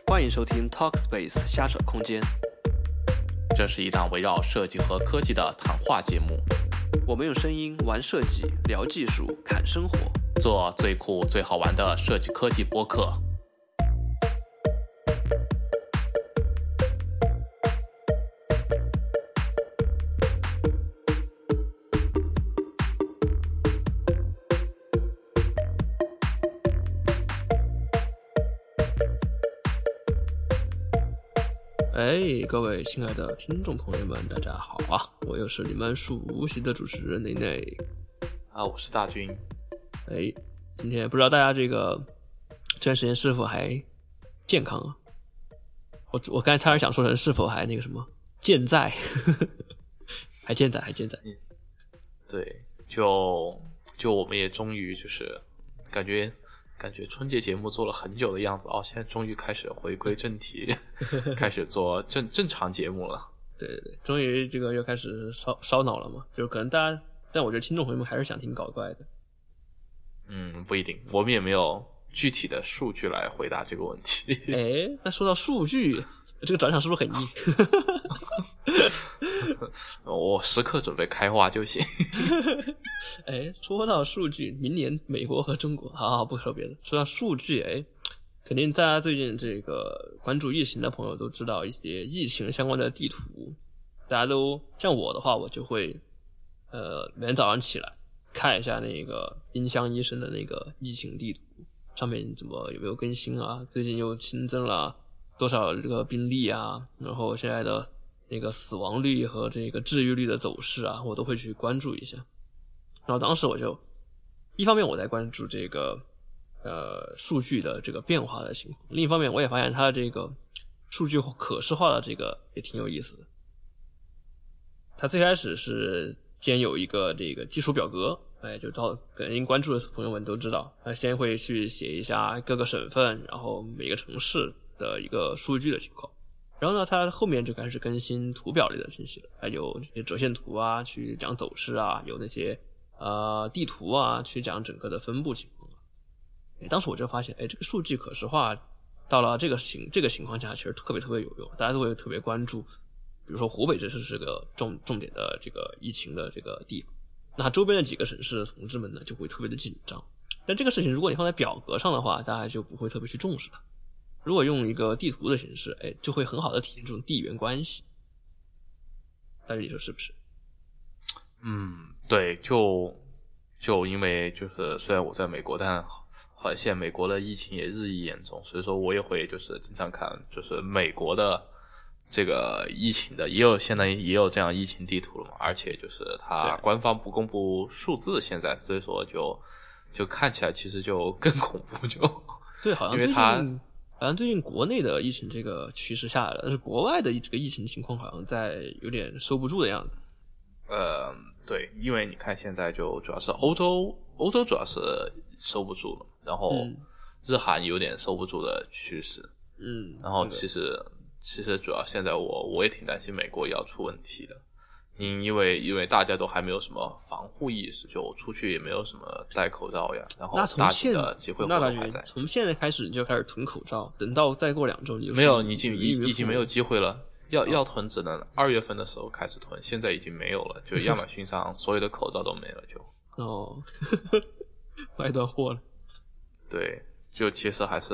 欢迎收听 Talkspace 瞎扯空间， 这是一档围绕设计和科技的谈话节目， 我们用声音玩设计，聊技术，侃生活， 做最酷最好玩的设计科技播客。 各位亲爱的听众朋友们，大家好啊！我又是你们熟悉的主持人内内啊，我是大军。 今天不知道大家这段时间是否还健康啊？我刚才差点想说成是否还那个什么健在，还健在。 对，就我们也终于就是感觉春节节目做了很久的样子现在终于开始回归正题，开始做正常节目了。 对，终于这个又开始烧脑了嘛，就是可能大家，但我觉得听众朋友们还是想听搞怪的。 不一定，我们也没有具体的数据来回答这个问题。 那说到数据，这个转场是不是很硬？ 我时刻准备开花就行。 说到数据，明年美国和中国，好不说别的，说到数据，肯定大家最近这个关注疫情的朋友都知道一些疫情相关的地图，大家都像我的话，我就会每天早上起来看一下那个丁香医生的那个疫情地图，上面有没有更新啊？最近又新增了多少这个病例啊？然后现在的那个死亡率和这个治愈率的走势啊，我都会去关注一下。然后当时我就一方面我在关注这个数据的这个变化的情况，另一方面我也发现它这个数据可视化的这个也挺有意思的。它最开始是先有一个这个基础表格，就可能关注的朋友们都知道，它先会去写一下各个省份，然后每个城市的一个数据的情况。然后呢，它后面就开始更新图表里的信息了，还有这些折线图啊，去讲走势啊，有那些地图啊，去讲整个的分布情况。当时我就发现，这个数据可视化到了这个情况下，其实特别有用，大家都会特别关注。比如说湖北这是个重点的这个疫情的这个地方，那周边的几个省市的同志们呢就会特别的紧张。但这个事情如果你放在表格上的话，大家就不会特别去重视它。如果用一个地图的形式，就会很好的体现这种地缘关系。大家你说是不是？ 对，就因为就是虽然我在美国，但好像现在美国的疫情也日益严重，所以说我也会就是经常看就是美国的这个疫情的，现在也有这样疫情地图了嘛，而且就是它官方不公布数字现在，所以说就看起来其实就更恐怖， 对，好像最近国内的疫情这个趋势下来了，但是国外的这个疫情情况好像在有点收不住的样子。 对，因为你看现在就主要是欧洲主要是收不住了，然后日韩有点收不住的趋势。然后其实主要现在我也挺担心美国也要出问题的，因为大家都还没有什么防护意识，就出去也没有什么戴口罩呀，然后大家的集会活动还在。 从现在开始你就开始囤口罩，等到再过2周你就没有，已经没有机会了。要囤只能2月份的时候开始囤，现在已经没有了，就亚马逊上所有的口罩都没了就。 卖断货了。 对，就其实还是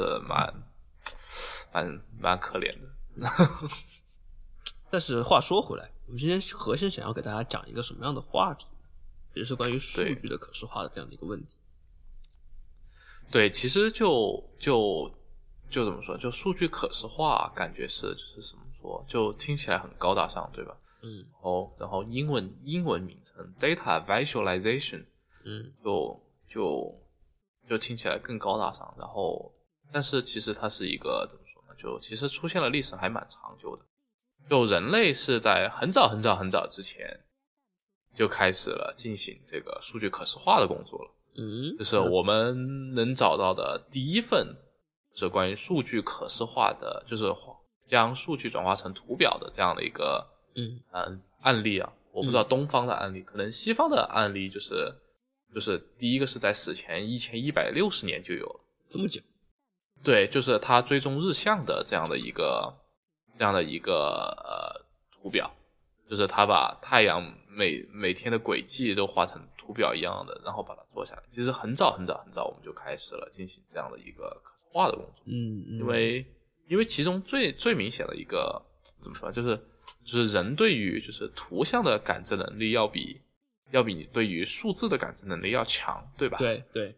蛮可怜的。 但是话说回来，我们今天核心想要给大家讲一个什么样的话题，也就是关于数据的可视化的这样的一个问题。 对，其实就怎么说，就数据可视化感觉是就是怎么说，就听起来很高大上，对吧？然后英文名称 data visualization，就听起来更高大上。然后但是其实它是一个怎么说呢，就其实出现了历史还蛮长久的。就人类是在很早之前就开始了进行这个数据可视化的工作了。就是我们能找到的第一份是关于数据可视化的，就是将数据转化成图表的这样的一个案例啊。我不知道东方的案例，可能西方的案例就是第一个是在史前1160年就有了。 这么久？ 对，就是它追踪日向的这样的一个图表，就是它把太阳每天的轨迹都画成图表一样的，然后把它做下来。其实很早我们就开始了进行这样的一个可视化的工作。因为其中最明显的一个怎么说，就是人对于就是图像的感知能力要比你对于数字的感知能力要强，对吧？ 对对，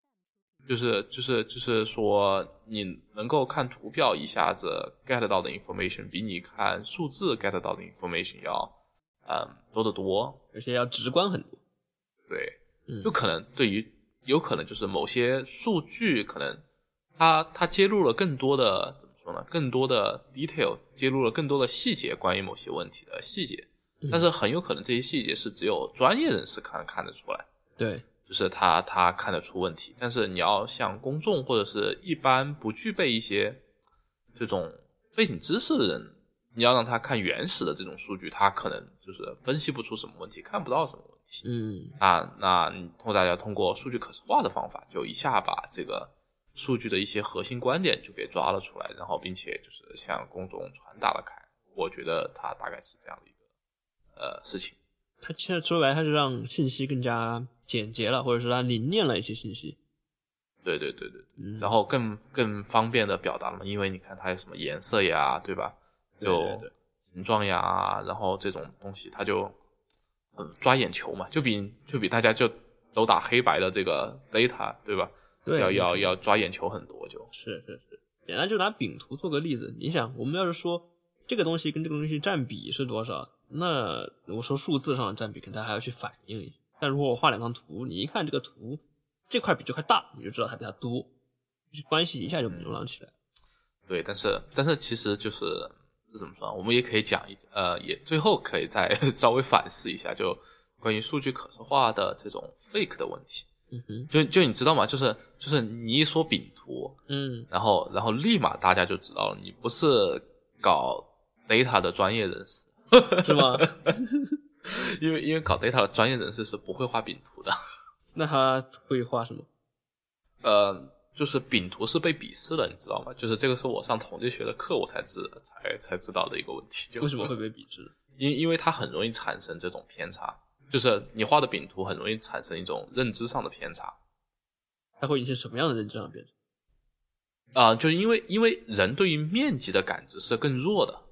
就是说，你能够看图表一下子 get 到的 information 比你看数字 get 到的 information 要多得多， 而且要直观很多。 对，就可能有可能就是某些数据可能它揭露了更多的怎么说呢？更多的 detail， 揭露了更多的细节，关于某些问题的细节，但是很有可能这些细节是只有专业人士看得出来。 对。 就是他看得出问题，但是你要像公众或者是一般不具备一些这种背景知识的人，你要让他看原始的这种数据，他可能就是分析不出什么问题，看不到什么问题。那你大家通过数据可视化的方法，就一下把这个数据的一些核心观点就给抓了出来，然后并且就是向公众传达了开。我觉得他大概是这样的一个事情。 它现在说白了，它是让信息更加简洁了，或者是它凝练了一些信息。 对，然后更方便的表达了嘛，因为你看它有什么颜色呀，对吧？就形状呀，然后这种东西它就抓眼球嘛，就比大家就都打黑白的这个 data， 对吧？ 对， 要抓眼球很多， 是。简单就拿饼图做个例子，你想，我们要是说这个东西跟这个东西占比是多少，那我说数字上的占比可能它还要去反映一下。但如果我画两张图，你一看这个图这块比这块大，你就知道它比它多，关系一下就明朗起来。 对，但是其实就是怎么说，我们也可以讲也最后可以再稍微反思一下，就关于数据可视化的这种 fake 的问题。就你知道吗？就是你一说饼图，然后立马大家就知道了，你不是搞 data 的专业人士， 是吗？ 因为搞 data 的专业人士是不会画饼图的。 那他会画什么？ 就是饼图是被鄙视的，你知道吗？就是这个是我上统计学的课我才知道的一个问题。 为什么会被鄙视？ 因为它很容易产生这种偏差，就是你画的饼图很容易产生一种认知上的偏差。 它会引起什么样的认知上的偏差？ 就是因为人对于面积的感知是更弱的。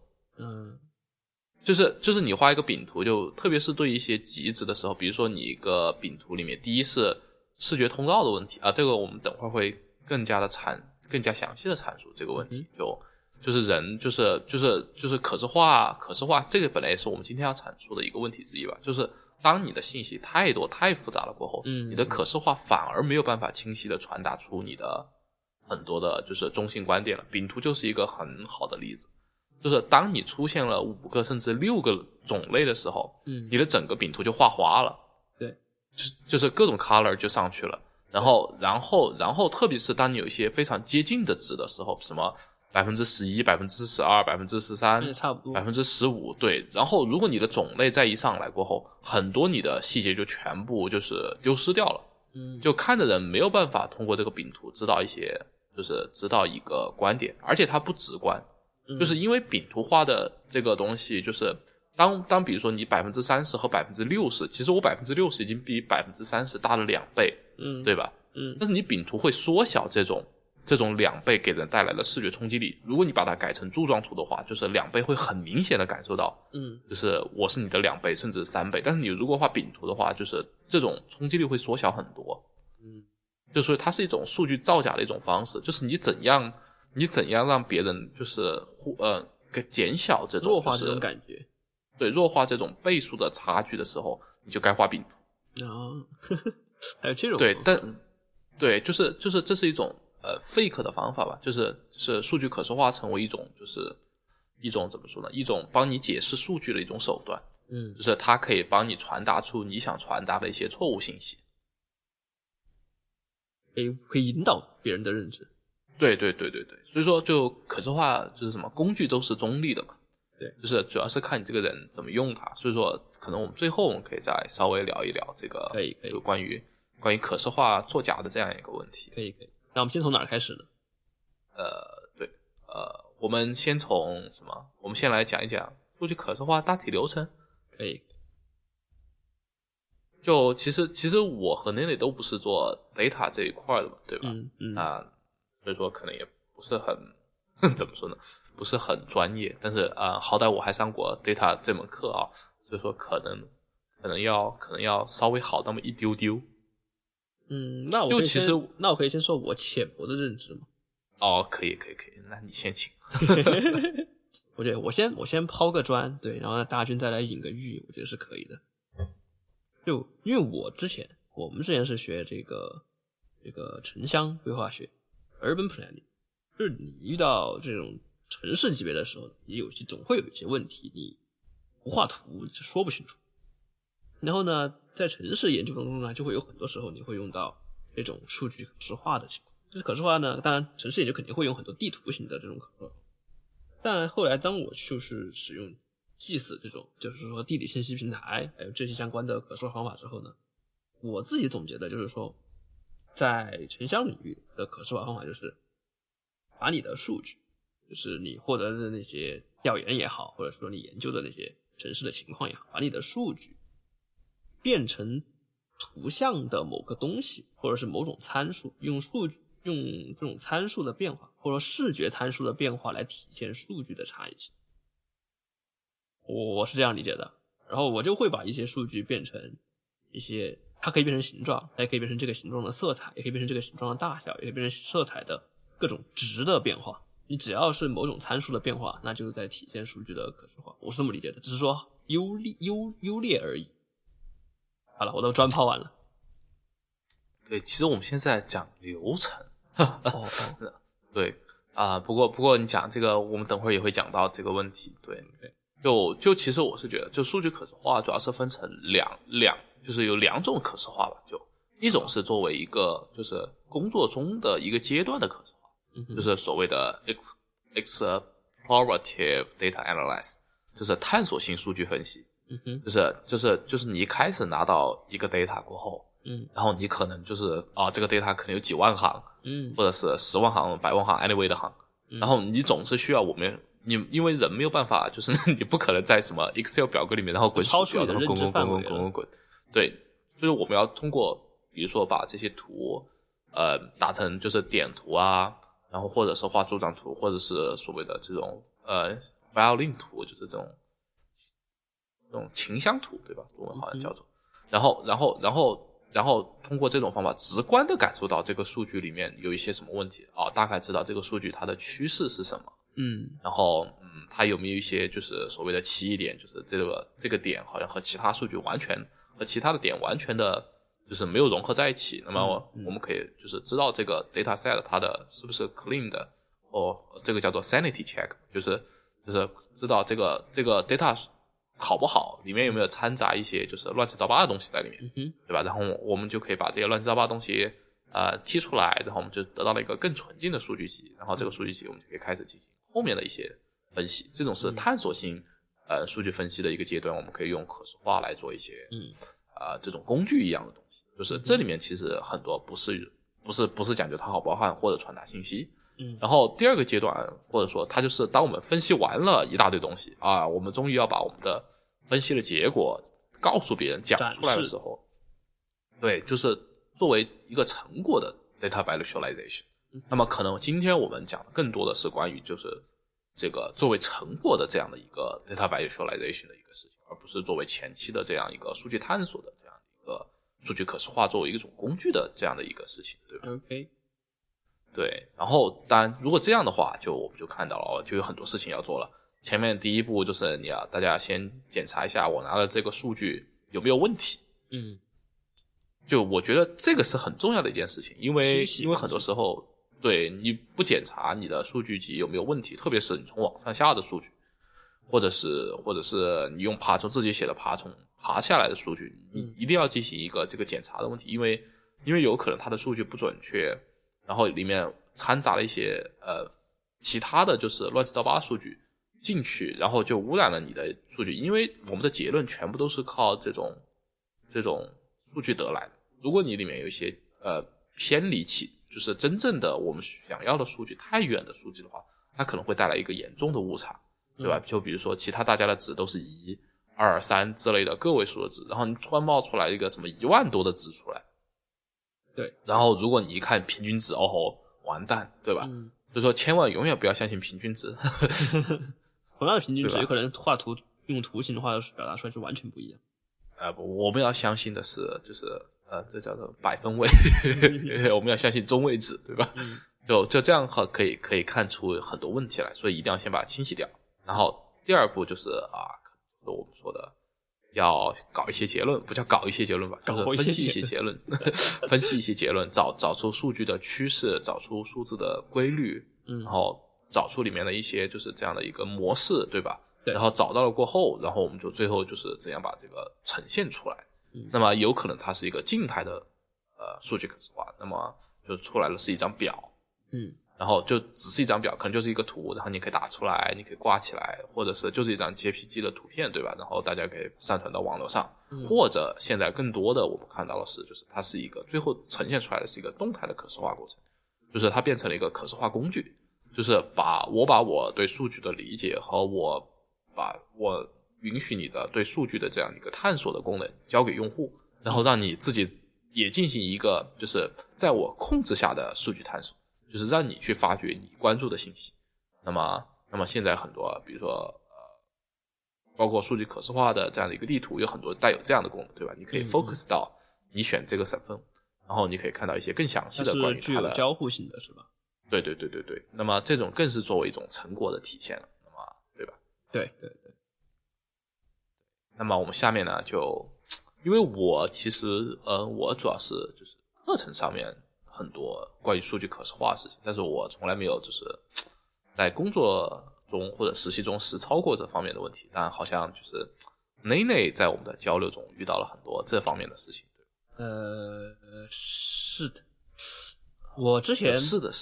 就是你画一个饼图，就特别是对一些极值的时候，比如说你一个饼图里面，第一是视觉通道的问题啊，这个我们等会儿会更加详细的阐述这个问题。就是人就是可视化，这个本来也是我们今天要阐述的一个问题之一吧。就是当你的信息太多太复杂了过后，你的可视化反而没有办法清晰的传达出你的很多的就是中心观点了。饼图就是一个很好的例子。就是当你出现了5个甚至6个种类的时候，你的整个饼图就画花了。 对， 就是各种 color 就上去了。然后特别是当你有一些非常接近的值的时候，什么 11%、12%、13%、 差不多 15%， 对。然后如果你的种类再一上来过后，很多你的细节就全部就是丢失掉了。就看的人没有办法通过这个饼图知道一个观点，而且它不直观。就是因为饼图画的这个东西，就是当比如说你 30% 和 60%， 其实我 60% 已经比 30% 大了2倍，对吧？但是你饼图会缩小这种2倍给人带来的视觉冲击力。如果你把它改成柱状图的话，就是2倍会很明显的感受到，就是我是你的2倍甚至3倍。但是你如果画饼图的话，就是这种冲击力会缩小很多。就所以它是一种数据造假的一种方式，就是你怎样让别人就是减小这种弱化这种感觉， 对，弱化这种倍数的差距的时候，你就该画饼图。 还有这种对，就是这是一种fake 的方法吧，就是数据可视化成为一种怎么说呢？一种帮你解释数据的一种手段。就是它可以帮你传达出你想传达的一些错误信息， 可以引导别人的认知。 对，所以说就可视化就是什么工具都是中立的嘛， 对， 就是主要是看你这个人怎么用它。所以说可能我们最后我们可以再稍微聊一聊这个， 可以就关于可视化作假的这样一个问题。 可以。那我们先从哪儿开始呢？ 对，我们先从什么？我们先来讲一讲数据可视化大体流程。 可以。 就其实我和Nelly都不是做 data 这一块的嘛，对吧？所以说可能也不是很怎么说呢，不是很专业。但是好歹我还上过 data 这门课啊，所以说可能要稍微好那么一丢丢。 那我可以先说我浅薄的认知吗？ 哦，可以，那你先请。 我觉得我先抛个砖，对，然后大军再来引个玉，我觉得是可以的。就因为我们之前是学这个城乡规划学 urban planning， 就是你遇到这种城市级别的时候，你总会有一些问题，你不画图就说不清楚。然后呢，在城市研究当中呢，就会有很多时候你会用到这种数据可视化的情况。就是可视化呢，当然城市研究肯定会用很多地图型的这种可视化，但后来当我就是使用GIS 这种就是说地理信息平台还有这些相关的可视化方法之后呢，我自己总结的就是说，在城乡领域的可视化方法就是把你的数据，就是你获得的那些调研也好，或者说你研究的那些城市的情况也好，把你的数据变成图像的某个东西，或者是某种参数，用这种参数的变化，或者说视觉参数的变化来体现数据的差异性。我是这样理解的。然后我就会把一些数据变成一些，它可以变成形状，它也可以变成这个形状的色彩，也可以变成这个形状的大小，也可以变成色彩的各种值的变化。你只要是某种参数的变化，那就是在体现数据的可视化。我是这么理解的，只是说优劣而已。好了，我都砖抛完了。 对，其实我们现在讲流程。对不过你讲这个，我们等会儿也会讲到这个问题。对，就其实我是觉得，就数据可视化主要是分成就是有两种可视化吧。就一种是作为一个就是工作中的一个阶段的可视化，就是所谓的 explorative data analysis， 就是探索性数据分析。就是你一开始拿到一个 data 过后，然后你可能就是这个 data 可能有几万行，或者是10万行、100万行 anyway 的行，然后你总是需要你因为人没有办法，就是你不可能在什么 Excel 表格里面然后滚超出你的认知范围， 滚，对，就是我们要通过比如说把这些图打成就是点图啊，然后或者是画柱状图，或者是所谓的这种violin 图，就是这种琴箱图，对吧？中文好像叫做。然后通过这种方法直观的感受到这个数据里面有一些什么问题大概知道这个数据它的趋势是什么。然后它有没有一些就是所谓的奇异点，就是这个点好像和其他数据和其他的点完全的就是没有融合在一起。那么我们可以就是知道这个 data set 它的是不是 clean 的，这个叫做 sanity check， 就是知道这个 data好不好，里面有没有掺杂一些就是乱七八糟的东西在里面，对吧？然后我们就可以把这些乱七八糟的东西剔出来，然后我们就得到了一个更纯净的数据集，然后这个数据集我们就可以开始进行后面的一些分析。这种是探索性数据分析的一个阶段，我们可以用可视化来做一些这种工具一样的东西。就是这里面其实很多不是讲究它好不好看或者传达信息。然后第二个阶段，或者说它就是当我们分析完了一大堆东西我们终于要把我们的分析的结果告诉别人讲出来的时候，对，就是作为一个成果的 data visualization。那么可能今天我们讲的更多的是关于就是这个作为成果的这样的一个 data visualization 的一个事情，而不是作为前期的这样一个数据探索的这样一个数据可视化作为一种工具的这样的一个事情，对吧？ OK， 对，然后当然如果这样的话我们就看到了就有很多事情要做了。前面第一步就是大家先检查一下我拿的这个数据有没有问题。就我觉得这个是很重要的一件事情，因为很多时候对你不检查你的数据集有没有问题，特别是你从网上下的数据，或者是你用爬虫自己写的爬虫爬下来的数据，你一定要进行一个这个检查的问题，因为有可能它的数据不准确，然后里面掺杂了一些其他的就是乱七八糟的数据进去，然后就污染了你的数据。因为我们的结论全部都是靠这种数据得来的，如果你里面有一些偏离就是真正的我们想要的数据太远的数据的话，它可能会带来一个严重的误差，对吧？就比如说其他大家的值都是1、2、3之类的个位数的值，然后你突然冒出来一个什么1万多的值出来， 对， 然后如果你一看平均值，哦吼，完蛋，对吧？所以说千万永远不要相信平均值。 同样的平均值有可能画图用图形的话表达出来就完全不一样。 不，我们要相信的是就是这叫做百分位。我们要相信中位值，对吧？就这样可以看出很多问题来，所以一定要先把它清洗掉。然后第二步就是我们说的要搞一些结论，不叫搞一些结论吧，就是分析一些结论。分析一些结论，找出数据的趋势，找出数字的规律，然后找出里面的一些就是这样的一个模式，对吧？ 对， 然后找到了过后，然后我们就最后就是怎样把这个呈现出来。那么有可能它是一个静态的数据可视化，那么就出来了是一张表，然后就只是一张表，可能就是一个图，然后你可以打出来，你可以挂起来，或者是就是一张 JPG 的图片，对吧？然后大家可以上传到网络上，或者现在更多的我们看到的是，就是它是一个最后呈现出来的是一个动态的可视化过程，就是它变成了一个可视化工具，就是把我对数据的理解和我允许你的对数据的这样一个探索的功能交给用户，然后让你自己也进行一个就是在我控制下的数据探索，就是让你去发掘你关注的信息。那么现在很多比如说包括数据可视化的这样的一个地图有很多带有这样的功能，对吧？你可以 focus 到你选这个省份，然后你可以看到一些更详细的关于它的， 是具有交互性的是吧？ 对，那么这种更是作为一种成果的体现了，那么对吧？ 对。 那么我们下面呢，就因为我其实我主要是就是课程上面很多关于数据可视化的事情，但是我从来没有就是在工作中或者实习中实操过这方面的问题，但好像就是内内在我们的交流中遇到了很多这方面的事情。 是的，我之前是的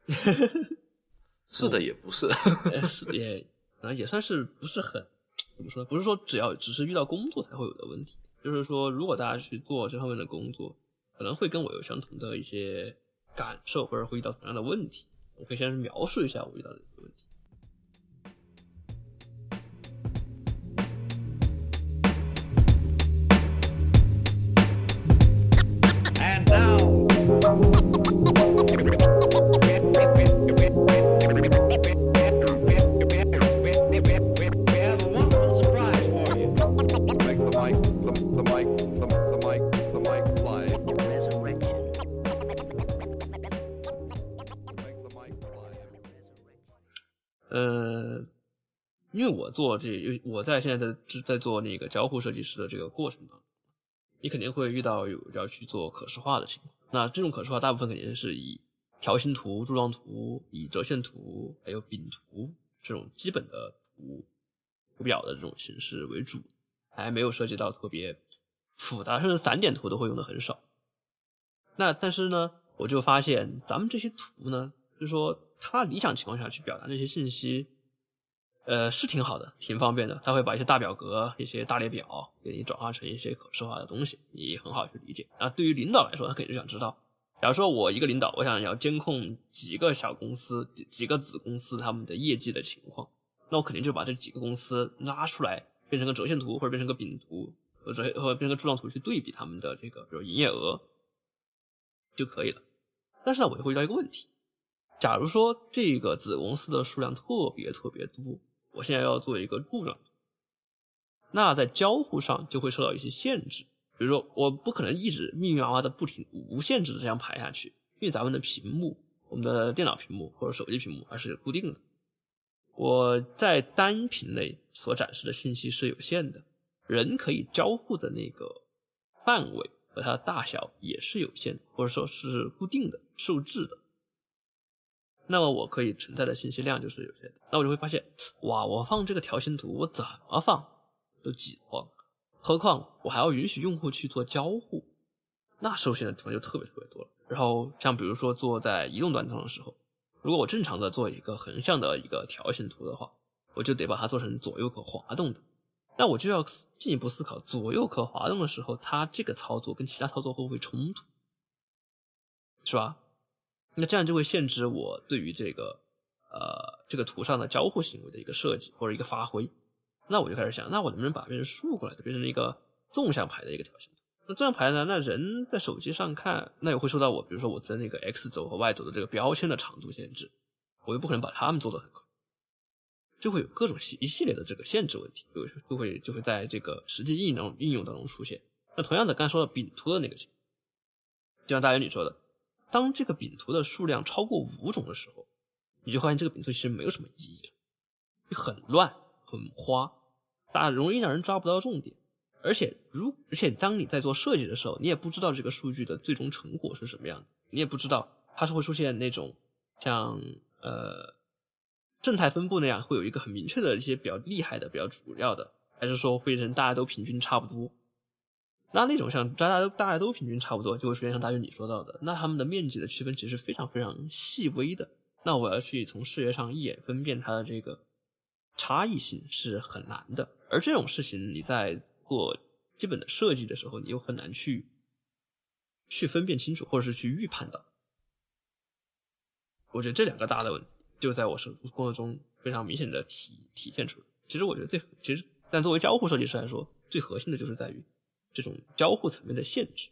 是的也不是， 也算是不是很怎么说，不是说只是遇到工作才会有的问题，就是说如果大家去做这方面的工作，可能会跟我有相同的一些感受，或者会遇到同样的问题。我可以先描述一下我遇到的一个问题。 And now 因为我在现在做那个交互设计师的这个过程当中，你肯定会遇到要去做可视化的情况。那这种可视化大部分肯定是以条形图、柱状图、以折线图还有饼图这种基本的图表的这种形式为主，还没有涉及到特别复杂，甚至散点图都会用的很少。那但是呢，我就发现咱们这些图呢，就是说它理想情况下去表达这些信息是挺好的，挺方便的。它会把一些大表格、一些大列表给你转化成一些可视化的东西，你很好去理解。那对于领导来说，他肯定就想知道，假如说我一个领导，我想要监控几个小公司、几个子公司他们的业绩的情况，那我肯定就把这几个公司拉出来，变成个折线图，或者变成个饼图，或者变成个柱状图去对比他们的这个比如营业额就可以了。但是呢，我就会遇到一个问题，假如说这个子公司的数量特别多，我现在要做一个柱状图，那在交互上就会受到一些限制。比如说我不可能一直密密麻麻的不停无限制的这样排下去，因为咱们的屏幕，我们的电脑屏幕或者手机屏幕还是固定的，我在单屏内所展示的信息是有限的，人可以交互的那个范围和它的大小也是有限的，或者说是固定的受制的，那么我可以承载的信息量就是有限的。那我就会发现，哇，我放这个条形图我怎么放都挤慌，何况我还要允许用户去做交互，那受限的地方就特别多了。然后像比如说做在移动端上的时候，如果我正常的做一个横向的一个条形图的话，我就得把它做成左右可滑动的，那我就要进一步思考，左右可滑动的时候，它这个操作跟其他操作会不会冲突，是吧？ 那这样就会限制我对于这个图上的交互行为的一个设计或者一个发挥。那我就开始想，那我能不能把变成竖过来的，变成一个纵向排的一个条形图？那这样排呢，那人在手机上看，那也会受到我比如说我在那个 X 轴和 Y 轴的这个标签的长度限制，我又不可能把它们做得很快，就会有各种一系列的这个限制问题，就会在这个实际应用当中出现。那同样的，刚才说的饼图的那个情况，就像大元你说的，当这个饼图的数量超过5种的时候，你就发现这个饼图其实没有什么意义了，很乱很花，容易让人抓不到重点。而且当你在做设计的时候，你也不知道这个数据的最终成果是什么样的，你也不知道它是会出现那种像正态分布那样会有一个很明确的一些比较厉害的比较主要的，还是说会让大家都平均差不多。那种像大家都平均差不多，就会出现像大约你说到的，那他们的面积的区分其实非常非常细微的，那我要去从视觉上一眼分辨它的这个差异性是很难的。而这种事情你在做基本的设计的时候，你又很难去分辨清楚，或者是去预判到。我觉得这两个大的问题就在我工作中非常明显的体现出来。其实我觉得但作为交互设计师来说，最核心的就是在于这种交互层面的限制。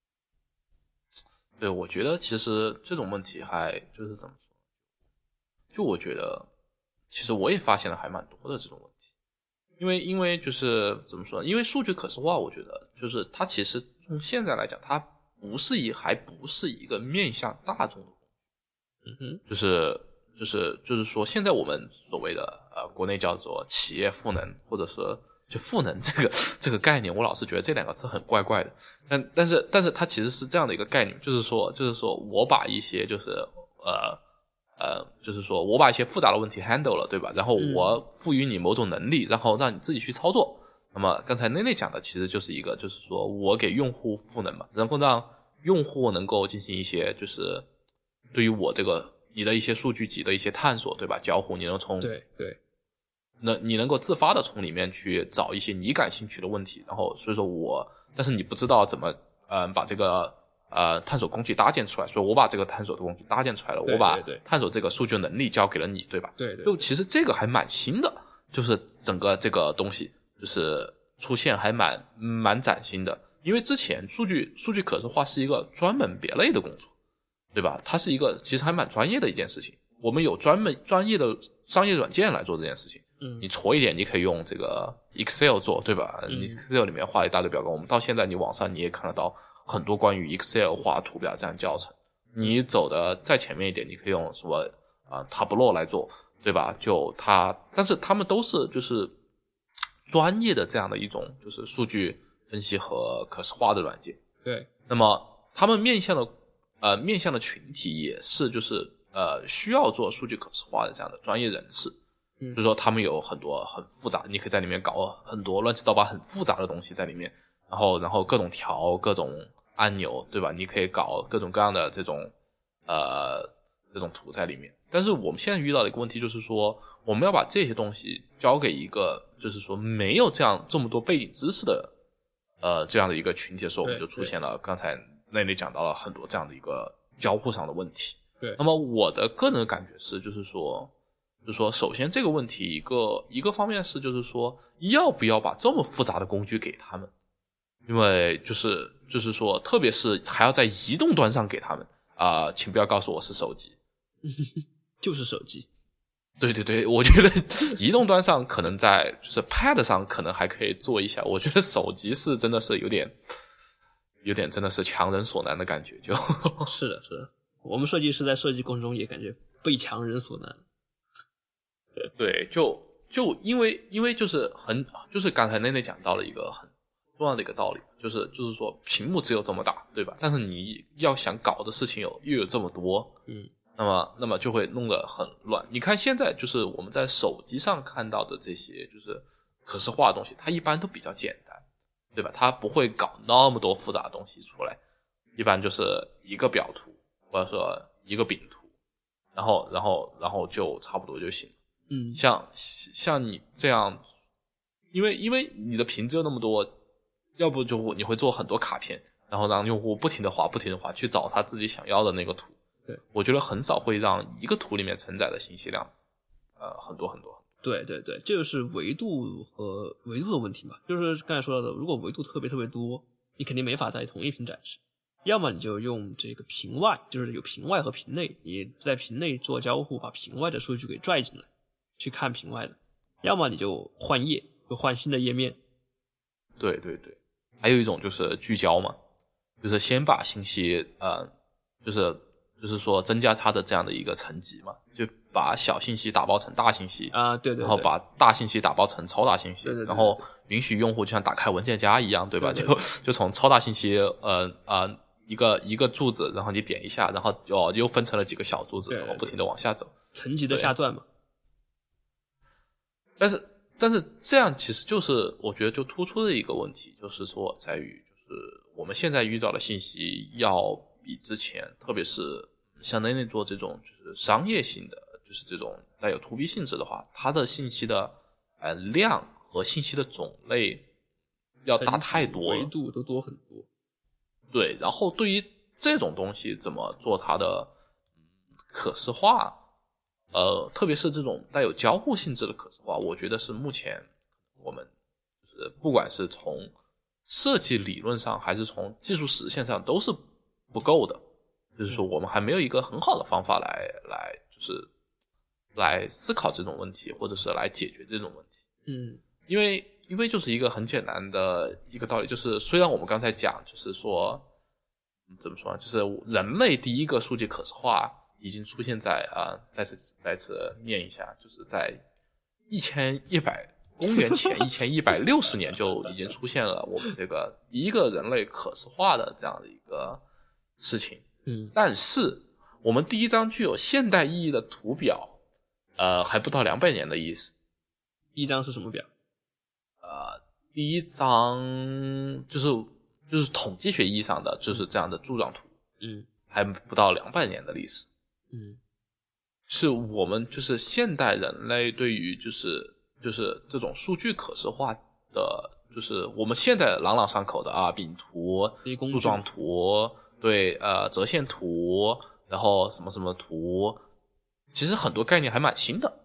对，我觉得其实这种问题还就是怎么说，就我觉得其实我也发现了还蛮多的这种问题。因为就是怎么说，因为数据可视化，我觉得就是它其实从现在来讲，它还不是一个面向大众的工具。就是说，现在我们所谓的国内叫做企业赋能，或者说就赋能这个概念，我老是觉得这两个字很怪怪的。但是它其实是这样的一个概念，就是说我把一些就是说我把一些复杂的问题 handle 了，对吧？然后我赋予你某种能力，然后让你自己去操作。那么刚才内内讲的其实就是一个，就是说我给用户赋能嘛，然后让用户能够进行一些就是对于我这个你的一些数据集的一些探索，对吧？交互你能从对， 那你能够自发的从里面去找一些你感兴趣的问题，然后所以说但是你不知道怎么把这个探索工具搭建出来，所以我把这个探索的工具搭建出来了，我把探索这个数据能力交给了你，对吧？ 对， 就其实这个还蛮新的，就是整个这个东西就是出现还蛮崭新的。因为之前数据可视化是一个专门别类的工作，对吧？它是一个其实还蛮专业的一件事情，我们有专业的商业软件来做这件事情。你矬一点你可以用这个 Excel 做，对吧？你 Excel 里面画一大堆表格，我们到现在你网上你也看得到很多关于 Excel 画图表这样教程。你走的再前面一点，你可以用什么Tableau 来做，对吧？但是他们都是就是专业的这样的一种就是数据分析和可视化的软件。 对， 那么他们面向的群体也是就是需要做数据可视化的这样的专业人士。就是说他们有很多很复杂的，你可以在里面搞很多乱七八糟很复杂的东西在里面，然后各种条各种按钮，对吧？你可以搞各种各样的这种图在里面。但是我们现在遇到的一个问题就是说，我们要把这些东西交给一个就是说没有这么多背景知识的这样的一个群体的时候，我们就出现了刚才那里讲到了很多这样的一个交互上的问题。 对， 那么我的个人的感觉是就是说首先这个问题一个方面是就是说要不要把这么复杂的工具给他们，因为就是说特别是还要在移动端上给他们请不要告诉我是手机就是手机。 对，我觉得移动端上可能在就是 Pad 上可能还可以做一下，我觉得手机是真的是有点真的是强人所难的感觉。 是的我们设计师在设计过程中也感觉被强人所难。 对，就因为就是刚才内内讲到了一个很重要的一个道理，就是说屏幕只有这么大，对吧？但是你要想搞的事情又有这么多，那么就会弄得很乱。你看现在就是我们在手机上看到的这些就是可视化的东西，它一般都比较简单，对吧？它不会搞那么多复杂的东西出来，一般就是一个表图或者说一个饼图，然后就差不多就行了。像你这样，因为你的屏只有那么多，要不就你会做很多卡片，然后让用户不停的滑去找他自己想要的那个图， 对， 我觉得很少会让一个图里面承载的信息量很多很多。 对对对，这就是维度的问题嘛。就是刚才说到的，如果维度特别多，你肯定没法在同一屏展示。要么你就用这个屏外，就是有屏外和屏内，你在屏内做交互，把屏外的数据给拽进来，去看屏外的。要么你就换页，就换新的页面。 对对对，还有一种就是聚焦嘛，就是先把信息就是说增加它的这样的一个层级嘛，就把小信息打包成大信息啊，对对对， 然后把大信息打包成超大信息， 对对对对， 然后允许用户就像打开文件夹一样，对吧？ 对对对， 就从超大信息一个柱子，然后你点一下，然后又分成了几个小柱子， 对对对， 然后不停的往下走， 层级的下钻嘛。 但是这样其实就是我觉得就突出的一个问题，就是说在于就是我们现在遇到的信息要比之前，特别是像内做这种就是商业性的，就是这种带有 to B 性质的话，它的信息的量和信息的种类要大太多了， 维度都多很多。 对，然后对于这种东西怎么做它的可视化，特别是这种带有交互性质的可视化，我觉得是目前我们就是不管是从设计理论上还是从技术实现上都是不够的，就是说我们还没有一个很好的方法来就是来思考这种问题，或者是来解决这种问题。因为就是一个很简单的一个道理，就是虽然我们刚才讲就是说怎么说呢，就是人类第一个数据可视化已经出现在再次念一下，就是在公元前1160年就已经出现了我们这个第一个人类可视化的这样的一个事情。但是我们第一张具有现代意义的图表还不到200年的意思。 第一张是什么表？ 第一张就是统计学意义上的就是这样的柱状图，还不到200年的历史。是我们就是现代人类对于就是这种数据可视化的，就是我们现在朗朗上口的饼图、柱状图，对，折线图，然后什么什么图，其实很多概念还蛮新的。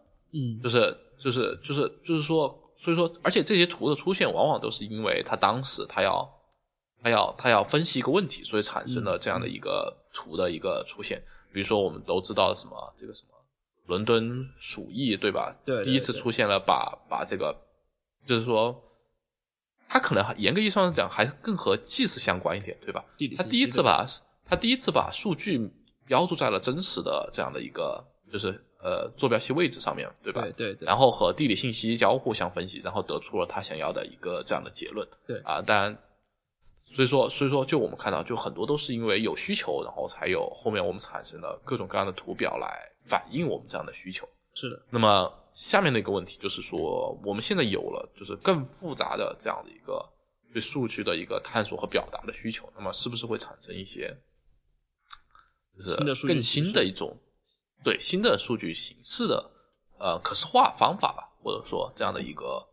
就是说，所以说，而且这些图的出现往往都是因为他当时他要分析一个问题，所以产生了这样的一个图的一个出现。比如说我们都知道什么这个什么伦敦鼠疫，对吧？ 对， 第一次出现了把这个，就是说它可能严格意义上讲还更和纪实相关一点，对吧？他第一次把数据标注在了真实的这样的一个就是坐标系位置上面，对吧？ 对。 然后和地理信息交互相分析，然后得出了他想要的一个这样的结论。 对当然，所以说，就我们看到，就很多都是因为有需求，然后才有后面我们产生的各种各样的图表来反映我们这样的需求。 是的。那么下面的一个问题就是说，我们现在有了就是更复杂的这样的一个对数据的一个探索和表达的需求，那么是不是会产生一些就是更新的一种对新的数据形式的可视化方法吧，或者说这样的一个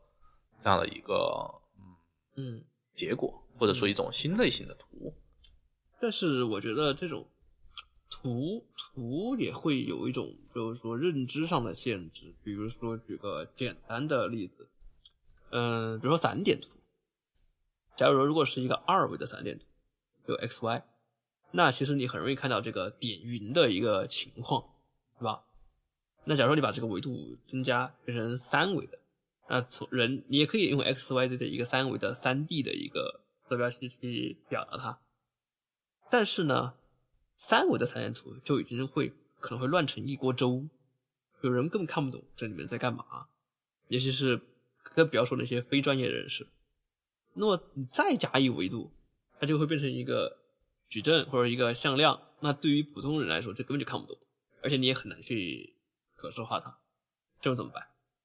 结果，或者说一种新类型的图。 但是我觉得这种图也会有一种就是说认知上的限制。比如说举个简单的例子，比如说散点图，假如说如果是一个2维的散点图，有 XY， 那其实你很容易看到这个点云的一个情况，对吧？那假如说你把这个维度增加变成3维的，那你也可以用 XYZ 的一个3维的 3D 的一个坐标系去表达它。但是呢，3维的散点图就已经可能会乱成一锅粥，有人根本看不懂这里面在干嘛，尤其是更不要说那些非专业人士。那么你再加一维度，它就会变成一个矩阵或者一个向量，那对于普通人来说这根本就看不懂，而且你也很难去可视化它，这种怎么办？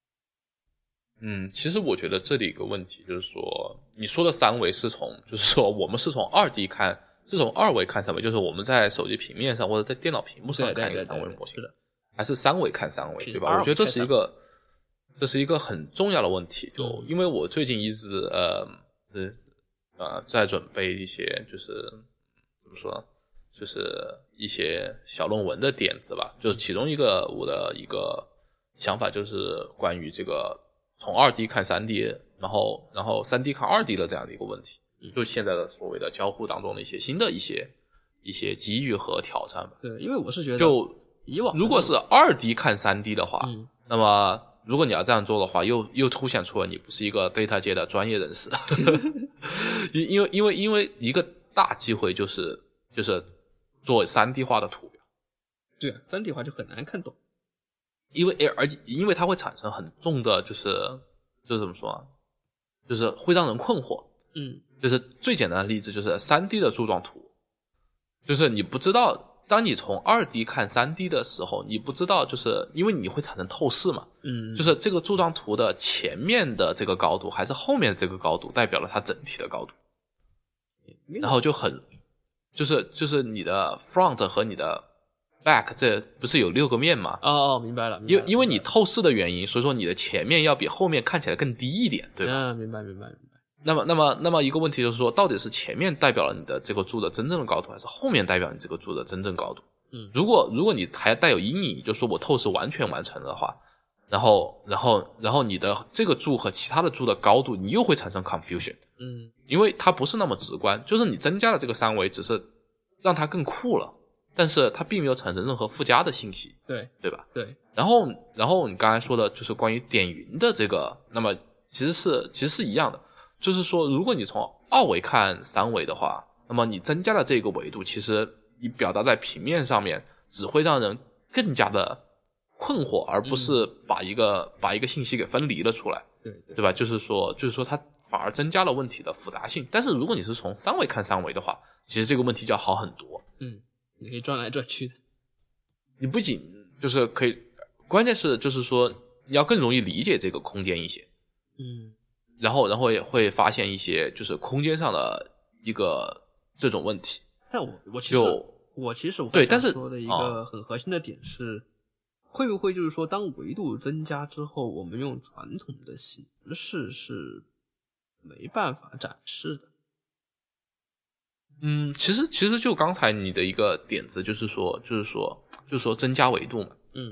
其实我觉得这里一个问题就是说，你说的3维是就是说我们是从2D 看，是从2维看3维，就是我们在手机平面上或者在电脑屏幕上看一个3维模型，还是3维看3维，对吧？我觉得这是一个很重要的问题，就因为我最近一直在准备一些就是怎么说呢， 就是一些小论文的点子吧，就是其中一个我的一个想法就是关于这个从 2D 看 3D， 然后 3D 看 2D 的这样的一个问题，就现在的所谓的交互当中的一些新的一些机遇和挑战吧。 对，因为我是觉得就以往如果是 2D 看 3D 的话，那么如果你要这样做的话，又凸显出了你不是一个 data 界的专业人士。因为一个大机会就是做 3D 化的图表。 对啊，3D 化就很难看懂。 因为它会产生很重的就是怎么说啊，就是会让人困惑。就是最简单的例子就是 3D 的柱状图，就是你不知道当你从 2D 看 3D 的时候，你不知道就是因为你会产生透视嘛，就是这个柱状图的前面的这个高度还是后面的这个高度代表了它整体的高度，然后就很就是你的 front 和你的 back 这不是有6个面吗？ 哦，明白了。 因为你透视的原因，所以说你的前面要比后面看起来更低一点，对吧？ 明白。 那么一个问题就是说，到底是前面代表了你的这个柱的真正的高度，还是后面代表你这个柱的真正高度？如果你还带有阴影，就说我透视完全完成的话，然后你的这个柱和其他的柱的高度，你又会产生 confusion。因为它不是那么直观，就是你增加了这个3维，只是让它更酷了，但是它并没有产生任何附加的信息，对吧？ 对。 然后你刚才说的就是关于点云的这个，那么其实是一样的。就是说如果你从2维看3维的话，那么你增加了这个维度，其实你表达在平面上面只会让人更加的困惑，而不是把一个信息给分离了出来，对吧？就是说它反而增加了问题的复杂性。但是如果你是从3维看3维的话，其实这个问题就要好很多。 你可以转来转去的， 你不仅就是可以，关键是就是说你要更容易理解这个空间一些。然后也会发现一些就是空间上的一个这种问题。 但我其实对，但是说的一个很核心的点是，会不会就是说当维度增加之后，我们用传统的形式是没办法展示的？ 其实就刚才你的一个点子就是说增加维度嘛。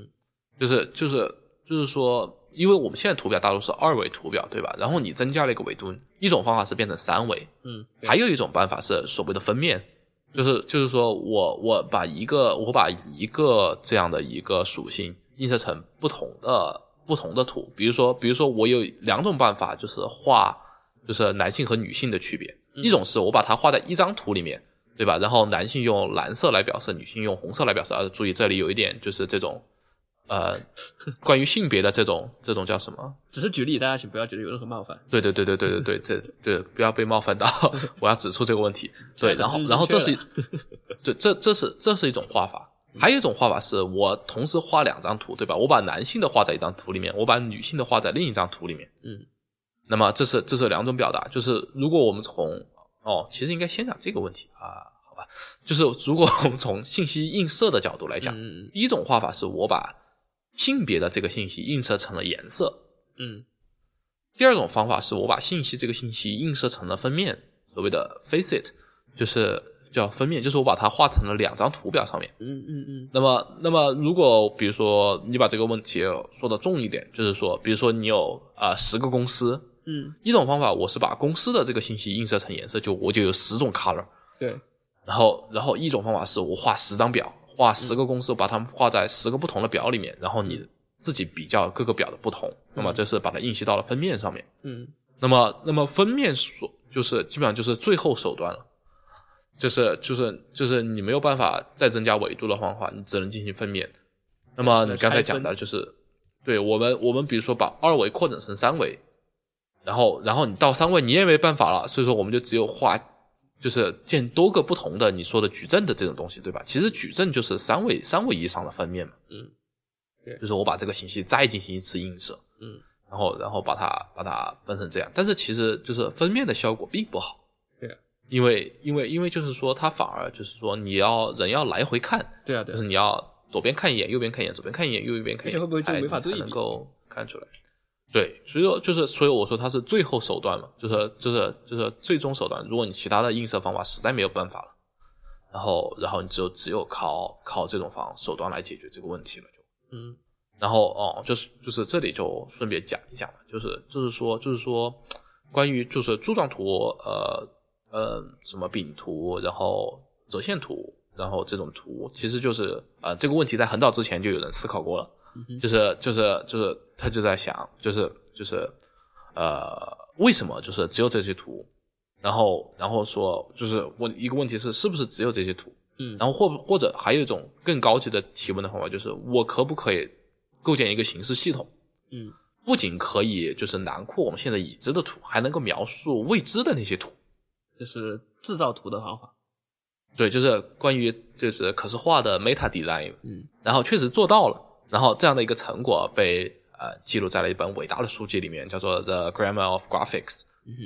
就是说因为我们现在图表大多是2维图表，对吧？然后你增加了一个维度，一种方法是变成3维，还有一种办法是所谓的分面，就是说我把一个这样的一个属性映射成不同的图，比如说我有2种办法，就是画就是男性和女性的区别，一种是我把它画在一张图里面，对吧？然后男性用蓝色来表示，女性用红色来表示，注意这里有一点就是这种关于性别的这种叫什么？ 只是举例，大家请不要觉得有任何冒犯。 对，这不要被冒犯到，我要指出这个问题。对，然后这是对，这是一种画法。还有一种画法是我同时画2张图，对吧？我把男性的画在一张图里面，我把女性的画在另一张图里面。那么这是2种表达，就是如果我们其实应该先讲这个问题啊，好吧？就是如果我们从信息映射的角度来讲，第一种画法是我把性别的这个信息映射成了颜色。第二种方法是我把这个信息映射成了分面，所谓的 facet， 就是叫分面，就是我把它画成了2张图表上面。那么如果比如说你把这个问题说的重一点，就是说比如说你有10个公司，一种方法我是把公司的这个信息映射成颜色，我就有10种 color。 对。 然后一种方法是我画10张表，画10个公司，把它们画在10个不同的表里面，然后你自己比较各个表的不同，那么这是把它映射到了分面上面。那么分面就是基本上就是最后手段了，就是你没有办法再增加维度的方法，你只能进行分面。那么你刚才讲的就是对我们比如说把2维扩展成3维，然后你到3维你也没办法了，所以说我们就只有画就是建多个不同的你说的矩阵的这种东西，对吧？其实矩阵就是3维以上的分面嘛。就是我把这个信息再进行一次映射，然后把它分成这样，但是其实就是分面的效果并不好。 对， 因为就是说它反而就是说人要来回看。 对， 就是你要左边看一眼，右边看一眼，左边看一眼，右边看一眼， 会不会就没法对比， 才能够看出来。对，所以我说它是最后手段嘛，就是最终手段。如果你其他的映射方法实在没有办法了， 然后你只有靠这种手段来解决这个问题了就。然后就是这里就顺便讲一讲吧，就是说关于就是柱状图什么饼图，然后折线图，然后这种图其实就是这个问题在很早之前就有人思考过了，就是他就在想就是为什么就是只有这些图，然后说就是一个问题是不是只有这些图，然后或者还有一种更高级的提问的方法，就是我可不可以构建一个形式系统，不仅可以就是囊括我们现在已知的图，还能够描述未知的那些图， 就是制造图的方法。 对，就是关于就是可视化的 meta design，然后确实做到了，然后这样的一个成果被记录在了一本伟大的书籍里面，叫做 The Grammar of Graphics，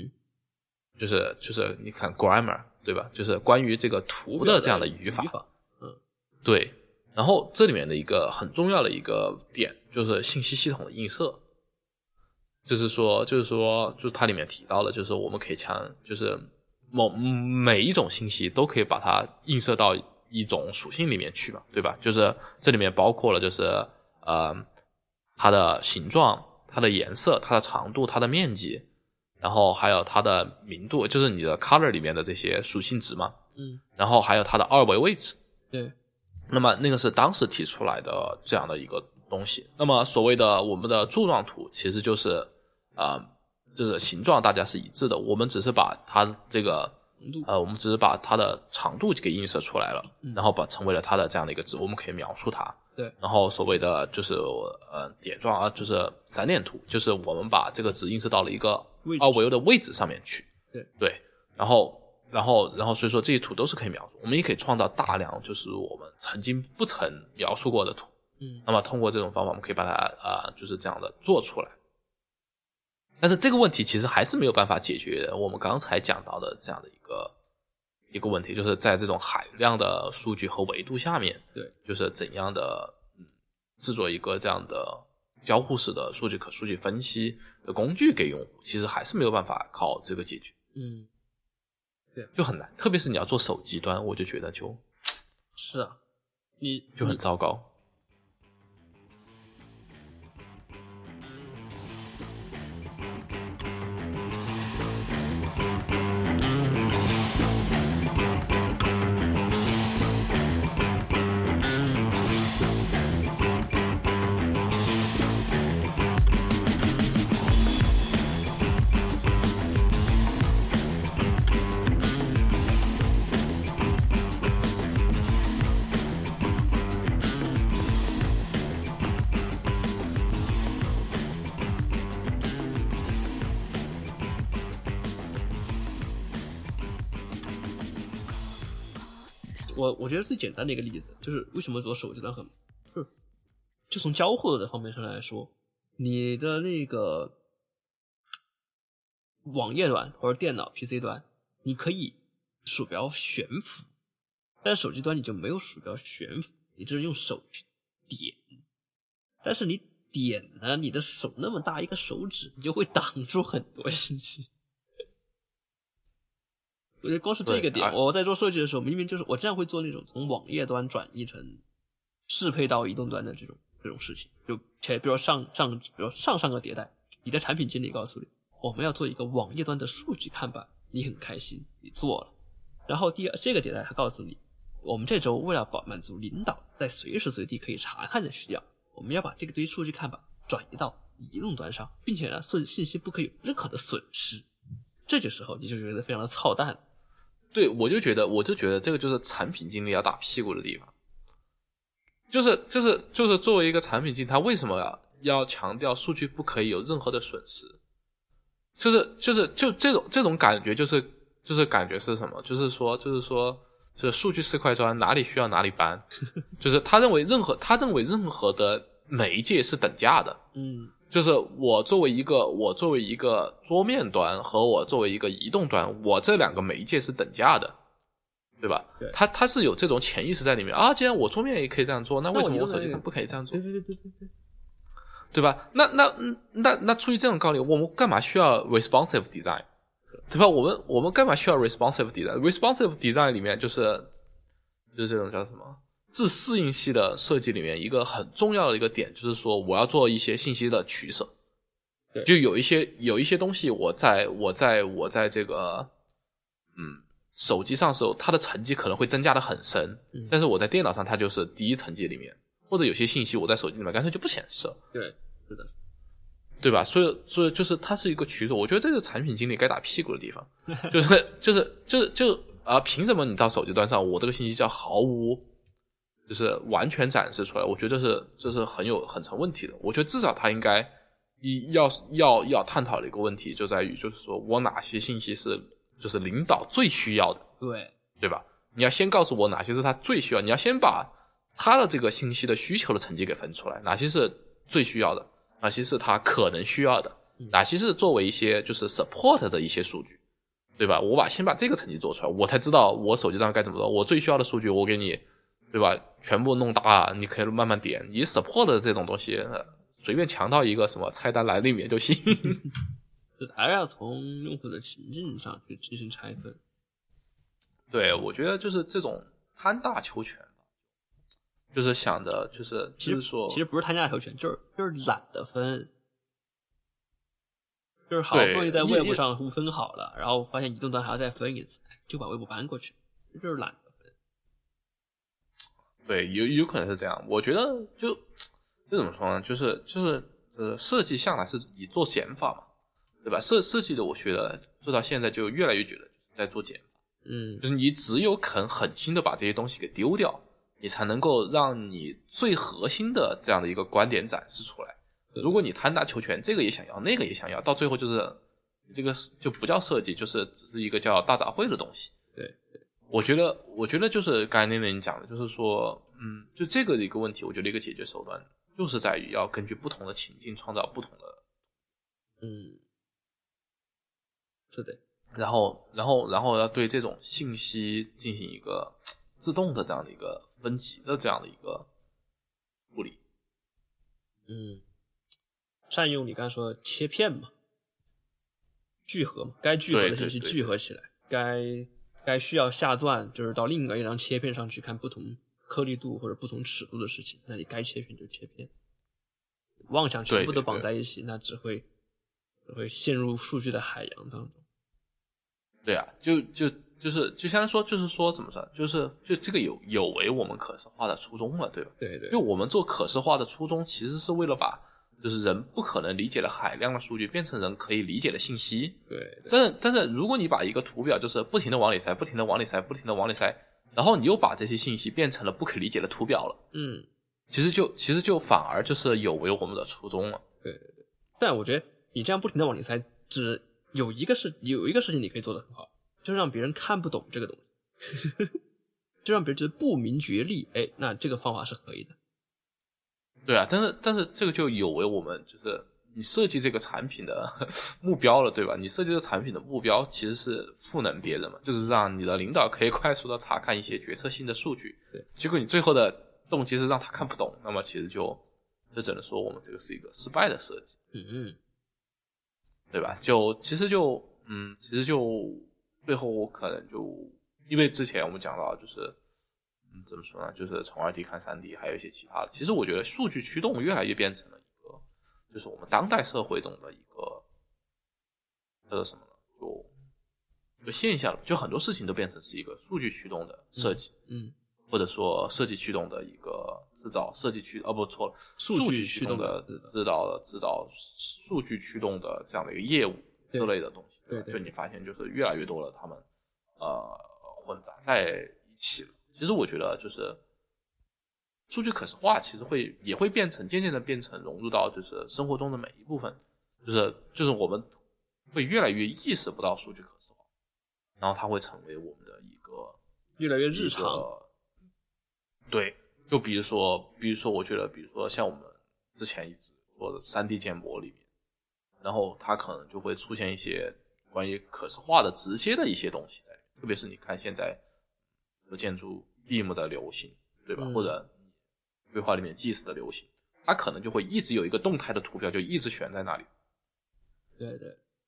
就是你看 grammar 对吧？就是关于这个图的这样的语法，对。然后这里面的一个很重要的一个点就是信息系统的映射，就是它里面提到的，就是我们可以就是每一种信息都可以把它映射到一种属性里面去嘛，对吧？就是这里面包括了就是它的形状、它的颜色、它的长度、它的面积，然后还有它的明度，就是你的 color 里面的这些属性值嘛，然后还有它的二维位置， 对。 那么那个是当时提出来的这样的一个东西。那么所谓的我们的柱状图其实就是就是形状大家是一致的，我们只是把它这个我们只是把它的长度给映射出来了，然后成为了它的这样的一个值，我们可以描述它。 对。 然后所谓的就是点状就是散点图，就是我们把这个值映射到了一个二维的位置上面去。对。然后所以说这些图都是可以描述，我们也可以创造大量就是我们曾经不曾描述过的图。那么通过这种方法我们可以把它就是这样的做出来。但是这个问题其实还是没有办法解决我们刚才讲到的这样的一个问题，就是在这种海量的数据和维度下面， 对， 就是怎样的制作一个这样的交互式的可数据分析的工具给用户，其实还是没有办法靠这个解决。 对， 就很难，特别是你要做手机端，我就觉得是啊，你就很糟糕。 我觉得最简单的一个例子就是为什么做手机端就从交互的方面上来说，你的那个网页端或者电脑 PC 端你可以鼠标悬浮，但手机端你就没有鼠标悬浮，你只能用手去点，但是你点呢，你的手那么大一个手指，你就会挡住很多信息。我觉得光是这个点，我在做设计的时候，明明就是我这样会做那种从网页端转译成适配到移动端的这种事情。就比如上个迭代，你的产品经理告诉你，我们要做一个网页端的数据看板，你很开心，你做了。然后这个迭代他告诉你，我们这周为了满足领导在随时随地可以查看的需要，我们要把这个堆数据看板转移到移动端上，并且呢，信息不可以有任何的损失。这个时候你就觉得非常的操蛋。 对，我就觉得这个就是产品经理要打屁股的地方。就是作为一个产品经理，他为什么要强调数据不可以有任何的损失？就这种感觉，就是感觉是什么？就是说数据是块砖，哪里需要哪里搬。就是他认为任何的媒介是等价的。就是我作为一个桌面端和我作为一个移动端，我这两个媒介是等价的，对吧？ 对， 它是有这种潜意识在里面啊。既然我桌面也可以这样做，那为什么我手机上不可以这样做？对吧？那出于这种道理，我们干嘛需要 responsive design？ 对吧？我们干嘛需要 responsive design？ responsive design 里面就是就是这种叫什么自适应系的设计里面一个很重要的一个点，就是说我要做一些信息的取舍。 对， 就有一些东西我在这个手机上的时候，它的层级可能会增加的很深，但是我在电脑上它就是第一层级里面，或者有些信息我在手机里面干脆就不显示了。 对，是的， 对吧？所以就是它是一个取舍，我觉得这是产品经理该打屁股的地方，凭什么你到手机端上我这个信息叫毫无就是完全展示出来？我觉得这是很成问题的。我觉得至少它应该要探讨的一个问题就在于，就是说我哪些信息是就是领导最需要的，对吧？你要先告诉我哪些是他最需要，你要先把他的这个信息的需求的层级给分出来，哪些是最需要的，哪些是他可能需要的，哪些是作为一些就是 support 的一些数据，对吧？先把这个层级做出来，我才知道我手机上该怎么做。我最需要的数据我给你，对吧？全部弄大，你可以慢慢点。你 support 的这种东西随便强到一个什么菜单栏里面就行。 还是要从用户的情境上去进行拆分。 对，我觉得就是这种贪大求全，就是想着就是说， 其实不是贪大求全，就是懒得分，就是好不容易在 Web 上分好了，然后发现移动端还要再分一次，就把 Web 搬过去，就是懒得分。 对，有可能是这样。我觉得就怎么说呢？就是设计向来是以做减法嘛，对吧？设计的我觉得做到现在就越来越觉得就是在做减法。就是你只有肯狠心的把这些东西给丢掉，你才能够让你最核心的这样的一个观点展示出来。如果你贪大求全，这个也想要，那个也想要，到最后就是这个就不叫设计，就是只是一个叫大杂烩的东西。 对， 我觉得就是刚才那人讲的，就是说，就这个的一个问题，我觉得一个解决手段就是在于要根据不同的情境创造不同的， 是的。 然后要对这种信息进行一个自动的这样的一个分级的这样的一个处理。 善用你刚才说的切片嘛，聚合嘛，该聚合的信息聚合起来，该需要下钻，就是到另一张切片上去看不同颗粒度或者不同尺度的事情，那你该切片就切片。妄想全部都绑在一起，那只会陷入数据的海洋当中。 对啊，就相当于说，就是说怎么说，就这个有违我们可视化的初衷了，对吧？ 对， 就我们做可视化的初衷，其实是为了把就是人不可能理解的海量的数据变成人可以理解的信息。 对。 但是如果你把一个图表就是不停的往里塞，不停的往里塞，不停的往里塞，然后你又把这些信息变成了不可理解的图表了，其实就反而就是有违我们的初衷了。 对。但我觉得你这样不停的往里塞，只有一个事情你可以做得很好，就是让别人看不懂这个东西，就让别人觉得不明觉厉。那这个方法是可以的。 对啊，但是这个就有违我们就是你设计这个产品的目标了，对吧？你设计这个产品的目标其实是赋能别人嘛，就是让你的领导可以快速的查看一些决策性的数据。 对， 结果你最后的动机是让他看不懂，那么其实就只能说我们这个是一个失败的设计。对吧？其实就最后可能就因为之前我们讲到就是怎么说呢，就是从2D 看3D，还有一些其他的。其实我觉得数据驱动越来越变成了一个，就是我们当代社会中的一个叫做什么呢？就一个现象了，就很多事情都变成是一个数据驱动的设计，或者说设计驱动的一个制造，数据驱动的制造数据驱动的这样的一个业务之类的东西。 对， 就你发现就是越来越多了，他们混杂在一起了。其实我觉得就是数据可视化其实也会渐渐的变成融入到就是生活中的每一部分，就是我们会越来越意识不到数据可视化，然后它会成为我们的一个越来越日常。 对，就比如说我觉得比如说像我们之前一直做的 3D 建模里面，然后它可能就会出现一些关于可视化的直接的一些东西在里面，特别是你看现在建筑 BIM 的流行，对吧？或者规划里面 GIS 的流行，它可能就会一直有一个动态的图标就一直悬在那里。 对，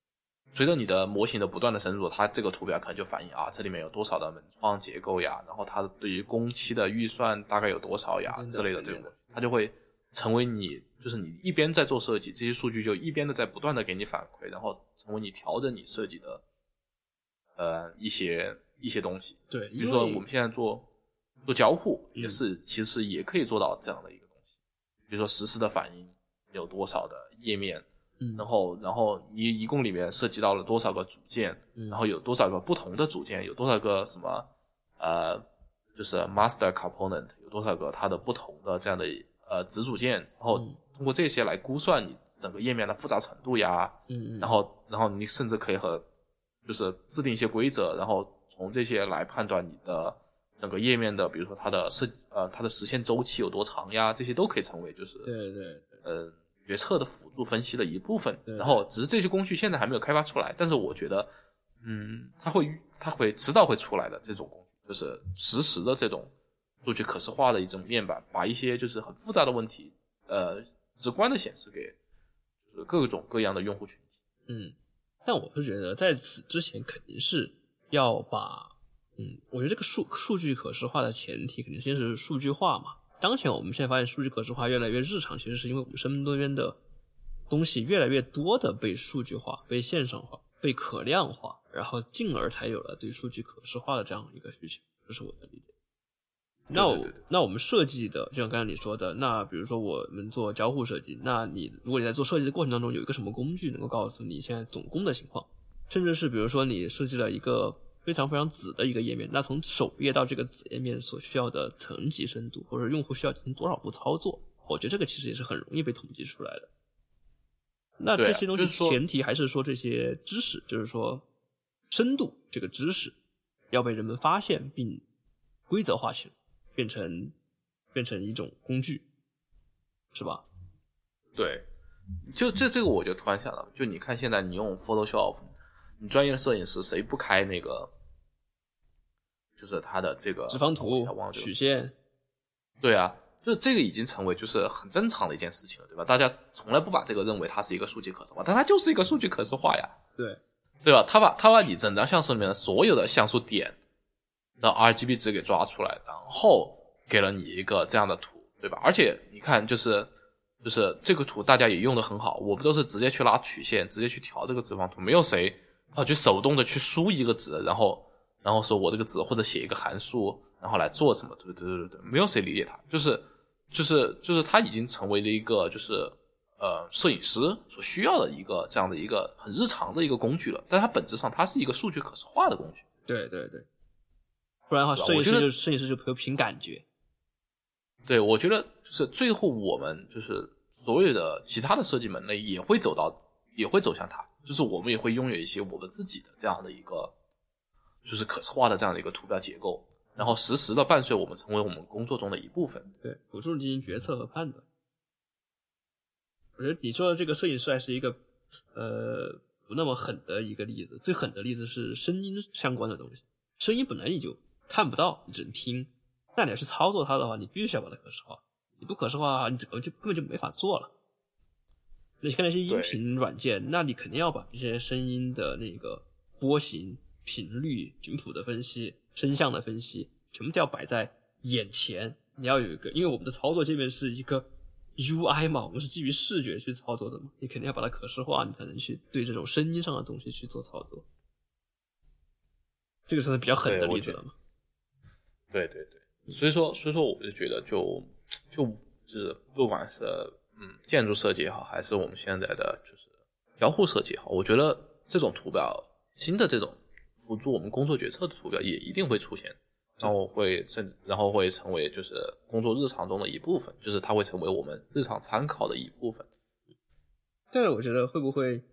随着你的模型的不断的深入，它这个图表可能就反映啊，这里面有多少的门窗结构呀，然后它对于工期的预算大概有多少呀之类的这种，它就会成为你就是你一边在做设计，这些数据就一边的在不断的给你反馈，然后成为你调整你设计的一些东西。 对， 比如说我们现在做交互也是，其实也可以做到这样的一个东西。比如说实时的反应有多少的页面，然后你一共里面涉及到了多少个组件，然后有多少个不同的组件，有多少个什么就是 master component， 有多少个它的不同的这样的子组件，然后通过这些来估算你整个页面的复杂程度呀，然后你甚至可以就是制定一些规则，然后从这些来判断你的整个页面的，比如说它的实现周期有多长呀，这些都可以成为就是决策的辅助分析的一部分。然后只是这些工具现在还没有开发出来，但是我觉得它会迟早会出来的这种工具，就是实时的这种数据可视化的一种面板，把一些就是很复杂的问题直观的显示给就是各种各样的用户群体。 但我是觉得在此之前肯定是要把我觉得这个数据可视化的前提肯定先是数据化嘛。当前我们现在发现数据可视化越来越日常，其实是因为我们身边的东西越来越多的被数据化、被线上化、被可量化，然后进而才有了对数据可视化的这样一个需求，这是我的理解。那我们设计的，就像刚才你说的，那比如说我们做交互设计，那如果你在做设计的过程当中有一个什么工具能够告诉你现在总工的情况，甚至是比如说你设计了一个非常非常子的一个页面，那从首页到这个子页面所需要的层级深度，或者用户需要进行多少步操作，我觉得这个其实也是很容易被统计出来的。那这些东西前提还是说这些知识，就是说深度这个知识要被人们发现并规则化起来，变成一种工具，是吧？ 对，就这个我就突然想到，就你看现在你用 Photoshop， 你专业的摄影师谁不开那个，就是他的这个直方图、曲线？对啊，就这个已经成为就是很正常的一件事情了，对吧？大家从来不把这个认为它是一个数据可视化，但它就是一个数据可视化呀，对吧？他把你整张像素里面的所有的像素点的 RGB 值给抓出来，然后给了你一个这样的图，对吧？而且你看就是这个图大家也用得很好，我们都是直接去拉曲线，直接去调这个直方图，没有谁去手动的去输一个值，然后说我这个值或者写一个函数然后来做什么，对，没有谁理解它，就是它已经成为了一个就是摄影师所需要的一个这样的一个很日常的一个工具了，但它本质上它是一个数据可视化的工具。 对，不然的话摄影师就凭感觉。 对，我觉得就是最后我们就是所有的其他的设计门类也会走向它，就是我们也会拥有一些我们自己的这样的一个就是可视化的这样的一个图标结构，然后实时的伴随我们成为我们工作中的一部分。 对，辅助进行决策和判断。我觉得你说的这个摄影师还是一个不那么狠的一个例子，最狠的例子是声音相关的东西。声音本来你就看不到，你只能听，那你要去操作它的话，你必须要把它可视化，你不可视化你根本就没法做了。那你看那些音频软件，那你肯定要把这些声音的那个波形、频率、频谱的分析、声像的分析全部都要摆在眼前，你要有一个，因为我们的操作界面是一个 UI 嘛，我们是基于视觉去操作的嘛，你肯定要把它可视化，你才能去对这种声音上的东西去做操作。这个算是比较狠的例子了嘛？ 对，所以说我就觉得就是不管是建筑设计也好，还是我们现在的就是交互设计也好，我觉得这种图表新的这种辅助我们工作决策的图表也一定会出现，然后会成为就是工作日常中的一部分，就是它会成为我们日常参考的一部分。 这个我觉得会不会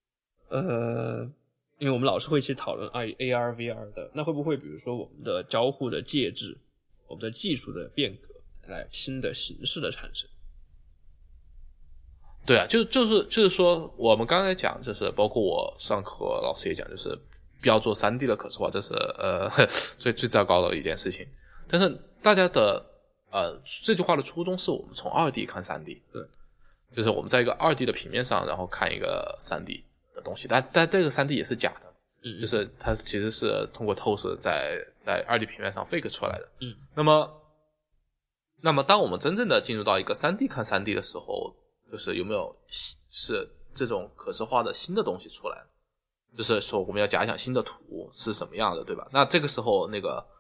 因为我们老是会去讨论 AR VR 的，那会不会比如说我们的交互的介质，我们的技术的变革来新的形式的产生？ 对啊，就是说我们刚才讲，就是包括我上课老师也讲，就是不要做 3D 的可视化，这是最糟糕的一件事情。但是大家的这句话的初衷是我们从 2D 看 3D， 对， 就是我们在一个 2D 的平面上，然后看一个 3D 的东西，但这个 3D 也是假的，就是它其实是通过透视在 2D 平面上 fake 出来的。那么当我们真正的进入到一个 3D 看 3D 的时候，就是有没有是这种可视化的新的东西出来，就是说我们要假想新的图是什么样的，对吧？那这个时候那个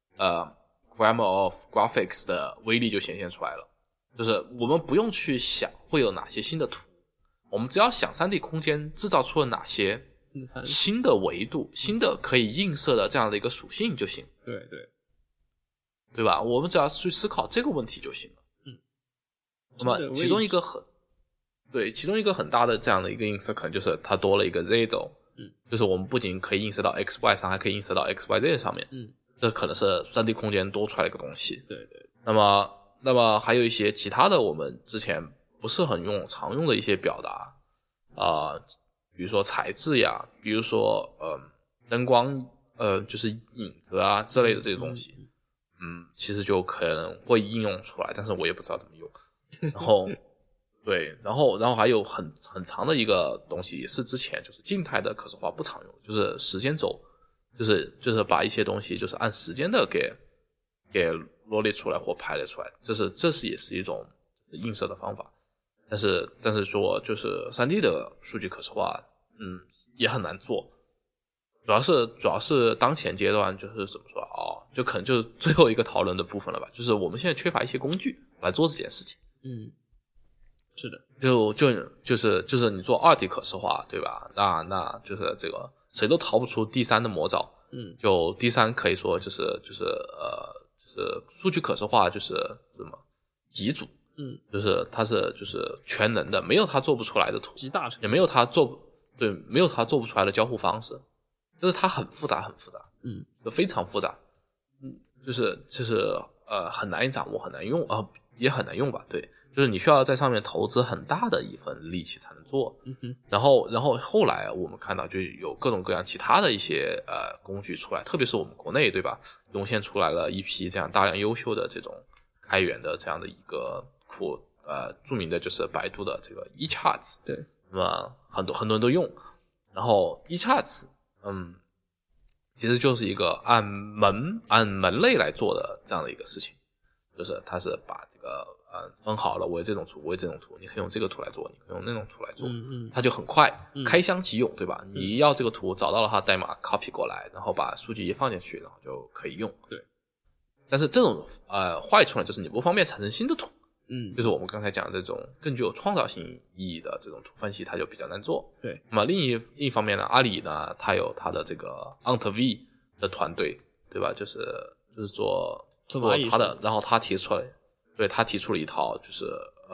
Grammar of Graphics 的威力就显现出来了，就是我们不用去想会有哪些新的图，我们只要想 3D 空间制造出了哪些新的维度，新的可以映射的这样的一个属性就行。对吧？我们只要去思考这个问题就行了。那么其中一个很大的这样的一个映射，可能就是它多了一个 Z 轴，就是我们不仅可以映射到 XY 上，还可以映射到 XYZ 上面。这可能是 3D 空间多出来的一个东西。那么还有一些其他的我们之前不是很常用的一些表达比如说材质呀，比如说灯光就是影子啊之类的这些东西。其实就可能会应用出来，但是我也不知道怎么用。然后对，然后还有很长的一个东西，也是之前就是静态的可视化不常用，就是时间轴，就是把一些东西就是按时间的给罗列出来或排列出来，这是也是一种映射的方法。但是说就是 3D 的数据可视化也很难做。主要是当前阶段就是怎么说就可能就是最后一个讨论的部分了吧，就是我们现在缺乏一些工具来做这件事情。 是的， 就是你做2D 可视化，对吧？那就是这个谁都逃不出 D3 的魔爪。就 D3 可以说就是数据可视化就是什么极组。就是它是就是全能的，没有它做不出来的图， 集大成， 也没有它做不出来的交互方式。就是它很复杂，就非常复杂，就是很难掌握，很难用也很难用吧，对，就是你需要在上面投资很大的一份力气才能做。然后后来我们看到就有各种各样其他的一些工具出来，特别是我们国内，对吧，涌现出来了一批这样大量优秀的这种开源的这样的一个库，著名的就是百度的这个 eCharts， 对， 那么很多人都用，然后 eCharts其实就是一个按门类来做的这样的一个事情，就是它是把这个分好了，我有这种图，我有这种图，你可以用这个图来做，你可以用那种图来做，它就很快，开箱即用，对吧？你要这个图，找到了它代码 copy 过来，然后把数据一放进去，然后就可以用。 对， 但是这种坏处呢，就是你不方便产生新的图。就是我们刚才讲的这种更具有创造性意义的这种图分析，它就比较难做。 对， 那么另一方面呢，阿里呢，它有它的这个 AntV 的团队，对吧？就是做它的，然后他提出了一套就是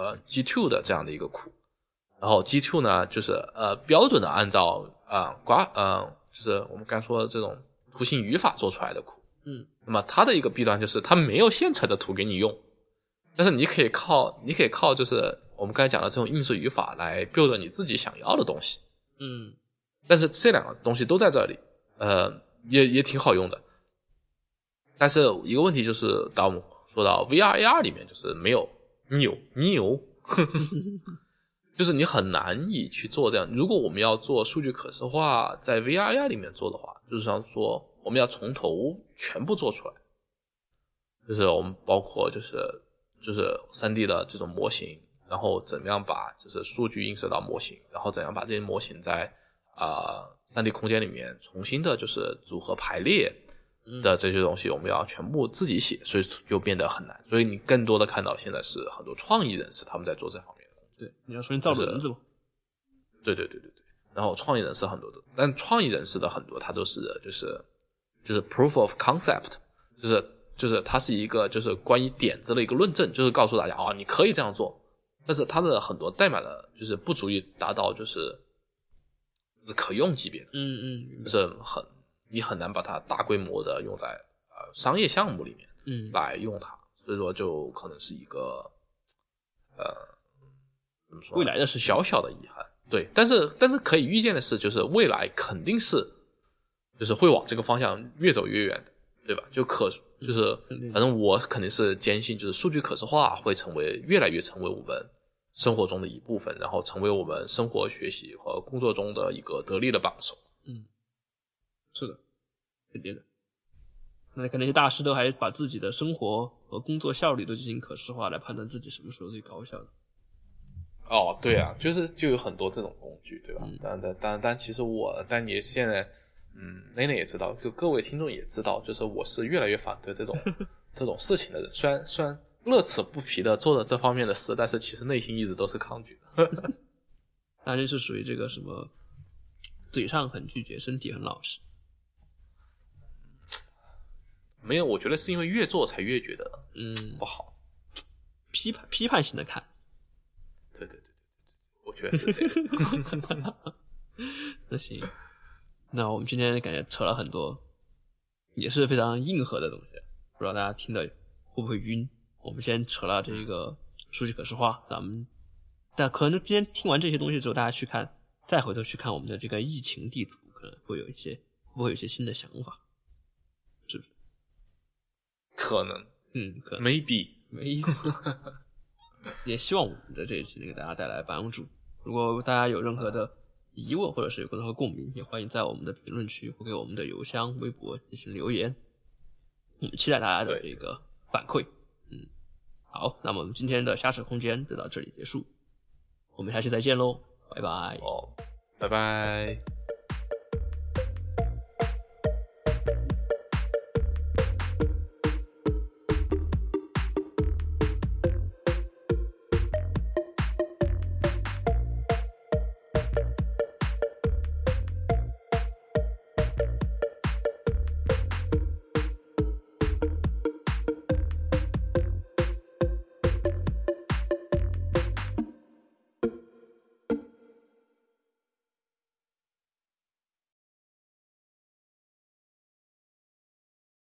G2 的这样的一个库，然后 G2 呢就是标准的按照就是我们刚才说的这种图形语法做出来的库。那么它的一个弊端就是它没有现成的图给你用。但是你可以靠就是我们刚才讲的这种映射语法来 build 你自己想要的东西。但是这两个东西都在这里，也挺好用的。但是一个问题就是，当我们说到 VR、AR 里面，就是没有 Neo 就是你很难以去做这样。如果我们要做数据可视化，在 VR、AR 里面做的话，就是像说我们要从头全部做出来，就是我们包括就是 3D 的这种模型，然后怎么样把就是数据映射到模型，然后怎样把这些模型在3D 空间里面重新的就是组合排列的这些东西，我们要全部自己写，所以就变得很难。所以你更多的看到现在是很多创意人士他们在做这方面的工作。 对，你要重新造轮子嘛。 对。然后创意人士很多的，但创意人士的很多它都是就是 proof of concept， 就是它是一个就是关于点子的一个论证，就是告诉大家你可以这样做，但是它的很多代码的就是不足以达到就是可用级别的。就是你很难把它大规模的用在商业项目里面来用它，所以说就可能是一个怎么说未来的事情， 小小的遗憾。对，但是可以预见的是，就是未来肯定是就是会往这个方向越走越远的，对吧？就是反正我肯定是坚信，就是数据可视化会越来越成为我们生活中的一部分，然后成为我们生活、学习和工作中的一个得力的帮手。 是的，肯定的。那可能那些大师都还把自己的生活和工作效率都进行可视化，来判断自己什么时候最高效的。 哦，对啊，就有很多这种工具，对吧？但其实但你现在，内内也知道，就各位听众也知道，就是我是越来越反对这种事情的人。虽然乐此不疲的做了这方面的事，但是其实内心一直都是抗拒的。 那就是属于这个什么，嘴上很拒绝，身体很老实。 没有，我觉得是因为越做才越觉得不好， 批判性的看。 对，我觉得是这样。 那行，那我们今天感觉扯了很多，也是非常硬核的东西，不知道大家听的会不会晕。我们先扯了这个数据可视化，但可能今天听完这些东西之后，大家再回头去看我们的这个疫情地图，可能会有一些新的想法，是不是？ 可能可能 maybe 也希望我们的这一期能给大家带来帮助。如果大家有任何的疑问或者是有任何共鸣，也欢迎在我们的评论区或给我们的邮箱、微博进行留言。我们期待大家的这个反馈。好，那么我们今天的瞎扯空间就到这里结束，我们下期再见喽，拜拜。 拜拜。